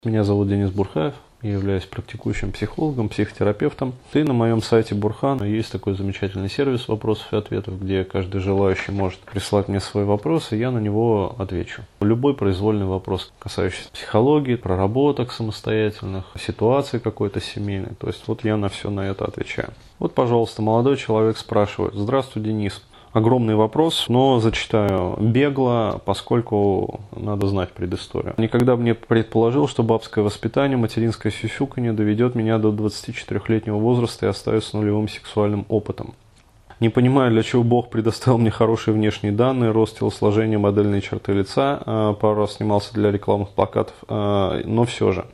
Меня зовут Денис Бурхаев, я являюсь практикующим психологом, психотерапевтом. И на моем сайте Бурхан есть такой замечательный сервис вопросов и ответов, где каждый желающий может прислать мне свой вопрос, и я на него отвечу. Любой произвольный вопрос, касающийся психологии, проработок самостоятельных, ситуации какой-то семейной. То есть вот я на все на это отвечаю. Вот, пожалуйста, молодой человек спрашивает: «Здравствуй, Денис». Огромный вопрос, но зачитаю бегло, поскольку надо знать предысторию. Никогда бы не предположил, что бабское воспитание, материнское сюсюканье доведет меня до 24-летнего возраста и оставит с нулевым сексуальным опытом. Не понимаю, для чего Бог предоставил мне хорошие внешние данные, рост, телосложение, модельные черты лица. Пару раз снимался для рекламных плакатов, но все же.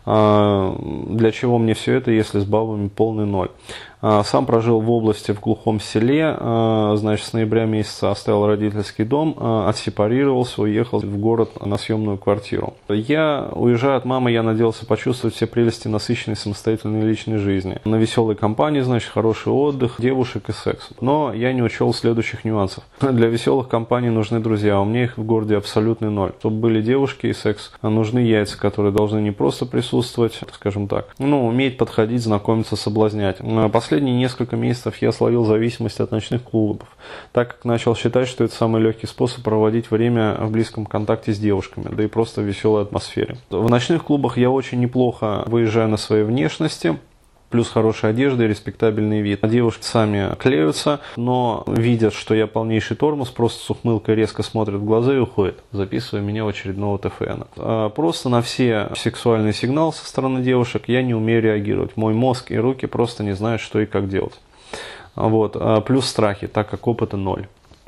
Для чего мне все это, если с бабами полный ноль? Сам прожил в области, в глухом селе, значит, с ноября месяца оставил родительский дом, отсепарировался, уехал в город на съемную квартиру. Я, уезжая от мамы, я надеялся почувствовать все прелести насыщенной самостоятельной личной жизни. На веселой компании, значит, хороший отдых, девушек и секс. Но я не учел следующих нюансов. Для веселых компаний нужны друзья, а у меня их в городе абсолютный ноль. Чтобы были девушки и секс, нужны яйца, которые должны не просто присутствовать, скажем так, уметь подходить, знакомиться, соблазнять. Последние несколько месяцев я словил зависимость от ночных клубов, так как начал считать, что это самый легкий способ проводить время в близком контакте с девушками, да и просто в веселой атмосфере. В ночных клубах я очень неплохо выезжаю на своей внешности, плюс хорошая одежда и респектабельный вид. Девушки сами клеются, но видят, что я полнейший тормоз, просто с ухмылкой резко смотрят в глаза и уходят, записывая меня в очередного ТФН. Просто на все сексуальные сигналы со стороны девушек я не умею реагировать. Мой мозг и руки просто не знают, что и как делать. Плюс страхи, так как опыта ноль.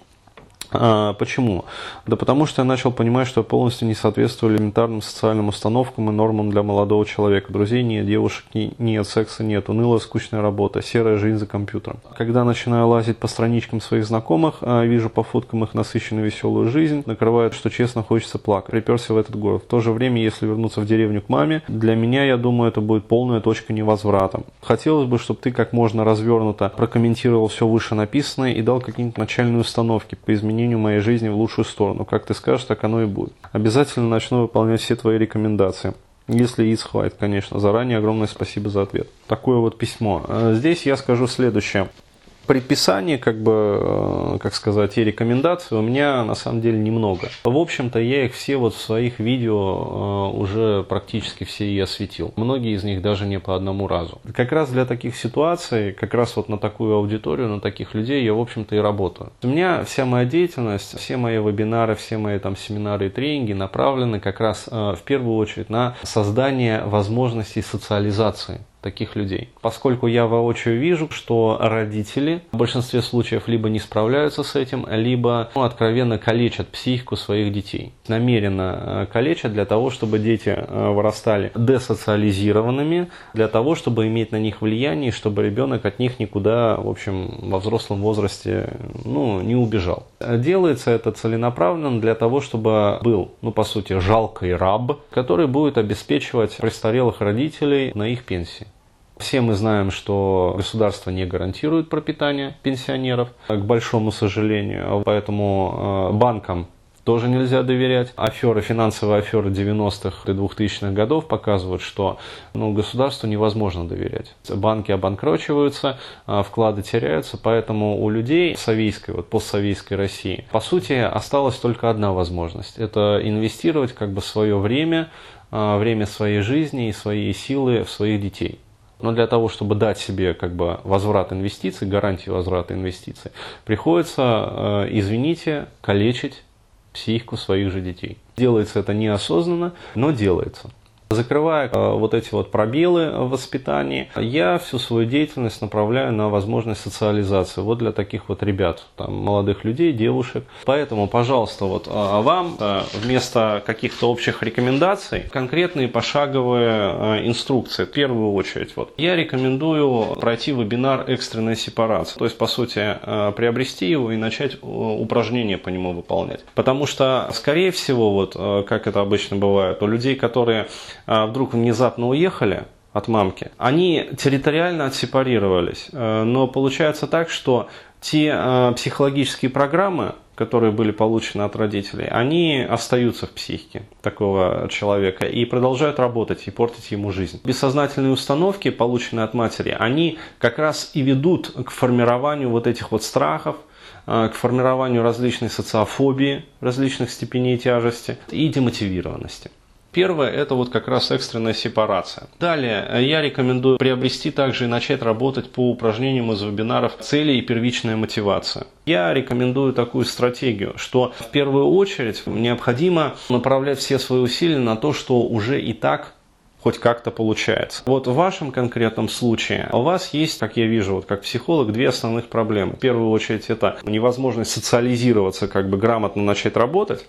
Почему? Да потому что я начал понимать, что я полностью не соответствую элементарным социальным установкам и нормам для молодого человека. Друзей нет, девушек нет, секса нет, унылая скучная работа, серая жизнь за компьютером. Когда начинаю лазить по страничкам своих знакомых, вижу по фоткам их насыщенную веселую жизнь, накрывает, что честно хочется плакать. Приперся в этот город. В то же время, если вернуться в деревню к маме, для меня, я думаю, это будет полная точка невозврата. Хотелось бы, чтобы ты как можно развернуто прокомментировал все вышенаписанное и дал какие-нибудь начальные установки по изменению моей жизни в лучшую сторону. Как ты скажешь, так оно и будет. Обязательно начну выполнять все твои рекомендации. Если яиц хватит, конечно. Заранее огромное спасибо за ответ. Такое вот письмо. Здесь я скажу следующее. Предписаний, и рекомендаций у меня на самом деле немного. В общем-то, я их все в своих видео уже практически все и осветил. Многие из них даже не по одному разу. Как раз для таких ситуаций, как раз вот на такую аудиторию, на таких людей я, в общем-то, и работаю. У меня вся моя деятельность, все мои вебинары, все мои семинары и тренинги направлены как раз в первую очередь на создание возможностей социализации таких людей. Поскольку я воочию вижу, что родители в большинстве случаев либо не справляются с этим, либо откровенно калечат психику своих детей. Намеренно калечат для того, чтобы дети вырастали десоциализированными, для того, чтобы иметь на них влияние, чтобы ребенок от них никуда, во взрослом возрасте, не убежал. Делается это целенаправленно для того, чтобы был, по сути, жалкий раб, который будет обеспечивать престарелых родителей на их пенсии. Все мы знаем, что государство не гарантирует пропитание пенсионеров, к большому сожалению, поэтому банкам тоже нельзя доверять. Финансовые аферы 90-х и 2000-х годов показывают, что государству невозможно доверять. Банки обанкрочиваются, вклады теряются, поэтому у людей постсоветской России, по сути, осталась только одна возможность. Это инвестировать свое время своей жизни и свои силы в своих детей. Но для того, чтобы дать себе возврат инвестиций, гарантию возврата инвестиций, приходится, калечить психику своих же детей. Делается это неосознанно, но делается. Закрывая эти пробелы в воспитании, я всю свою деятельность направляю на возможность социализации. Для таких ребят, молодых людей, девушек. Поэтому, пожалуйста, вам вместо каких-то общих рекомендаций конкретные пошаговые инструкции. В первую очередь, я рекомендую пройти вебинар «Экстренная сепарация». То есть, по сути, приобрести его и начать упражнения по нему выполнять. Потому что, скорее всего, как это обычно бывает, у людей, которые вдруг внезапно уехали от мамки, они территориально отсепарировались, но получается так, что те психологические программы, которые были получены от родителей, они остаются в психике такого человека и продолжают работать и портить ему жизнь. Бессознательные установки, полученные от матери, они как раз и ведут к формированию вот этих вот страхов, к формированию различной социофобии, различных степеней тяжести и демотивированности. Первое – это вот как раз экстренная сепарация. Далее я рекомендую приобрести также и начать работать по упражнениям из вебинаров «Цели и первичная мотивация». Я рекомендую такую стратегию, что в первую очередь необходимо направлять все свои усилия на то, что уже и так хоть как-то получается. Вот в вашем конкретном случае у вас есть, как я вижу, вот как психолог, две основных проблемы. В первую очередь это невозможность социализироваться, как бы грамотно начать работать.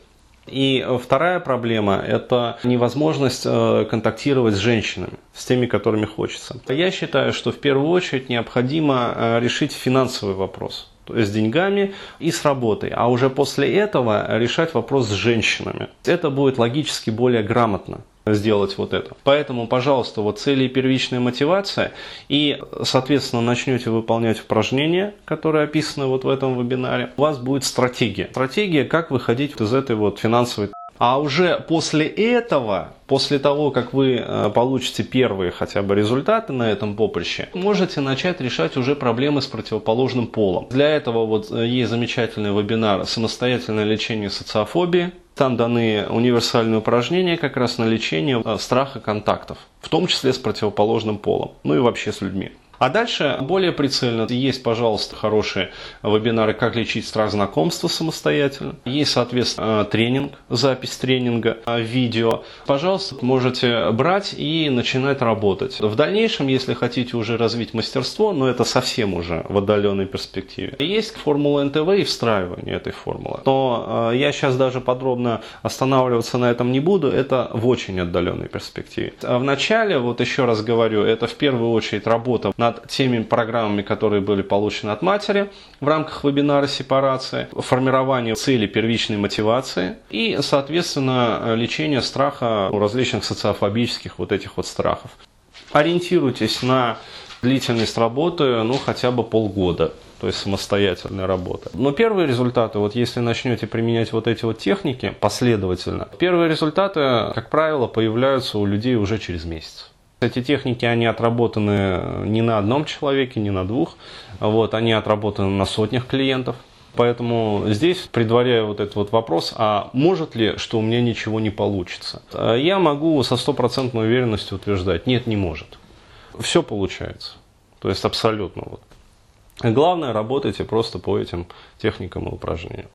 И вторая проблема – это невозможность контактировать с женщинами, с теми, которыми хочется. Я считаю, что в первую очередь необходимо решить финансовый вопрос, то есть с деньгами и с работой, а уже после этого решать вопрос с женщинами. Это будет логически более грамотно сделать вот это. Поэтому, пожалуйста, вот цели и первичная мотивация, и, соответственно, начнете выполнять упражнения, которые описаны вот в этом вебинаре, у вас будет стратегия. Стратегия, как выходить из этой вот финансовой. А уже после этого, после того, как вы получите первые хотя бы результаты на этом поприще, можете начать решать уже проблемы с противоположным полом. Для этого вот есть замечательный вебинар «Самостоятельное лечение социофобии». Там даны универсальные упражнения как раз на лечение страха контактов, в том числе с противоположным полом, ну и вообще с людьми. А дальше более прицельно есть, пожалуйста, хорошие вебинары «Как лечить страх знакомства самостоятельно». Есть, соответственно, тренинг, запись тренинга, видео. Пожалуйста, можете брать и начинать работать. В дальнейшем, если хотите уже развить мастерство, но это совсем уже в отдаленной перспективе, есть формула НТВ и встраивание этой формулы. Но я сейчас даже подробно останавливаться на этом не буду, это в очень отдаленной перспективе. Вначале, вот еще раз говорю, это в первую очередь работа над теми программами, которые были получены от матери в рамках вебинара «Сепарация», формирование цели первичной мотивации и, соответственно, лечение страха, различных социофобических вот этих вот страхов. Ориентируйтесь на длительность работы, ну, хотя бы полгода, то есть самостоятельная работа. Но первые результаты, вот если начнете применять вот эти вот техники последовательно, первые результаты, как правило, появляются у людей уже через месяц. Эти техники, они отработаны не на одном человеке, не на двух, вот, они отработаны на сотнях клиентов. Поэтому здесь, предваряя вот этот вот вопрос, а может ли, что у меня ничего не получится, я могу со стопроцентной уверенностью утверждать, нет, не может. Все получается, то есть абсолютно. Вот. Главное, работайте просто по этим техникам и упражнениям.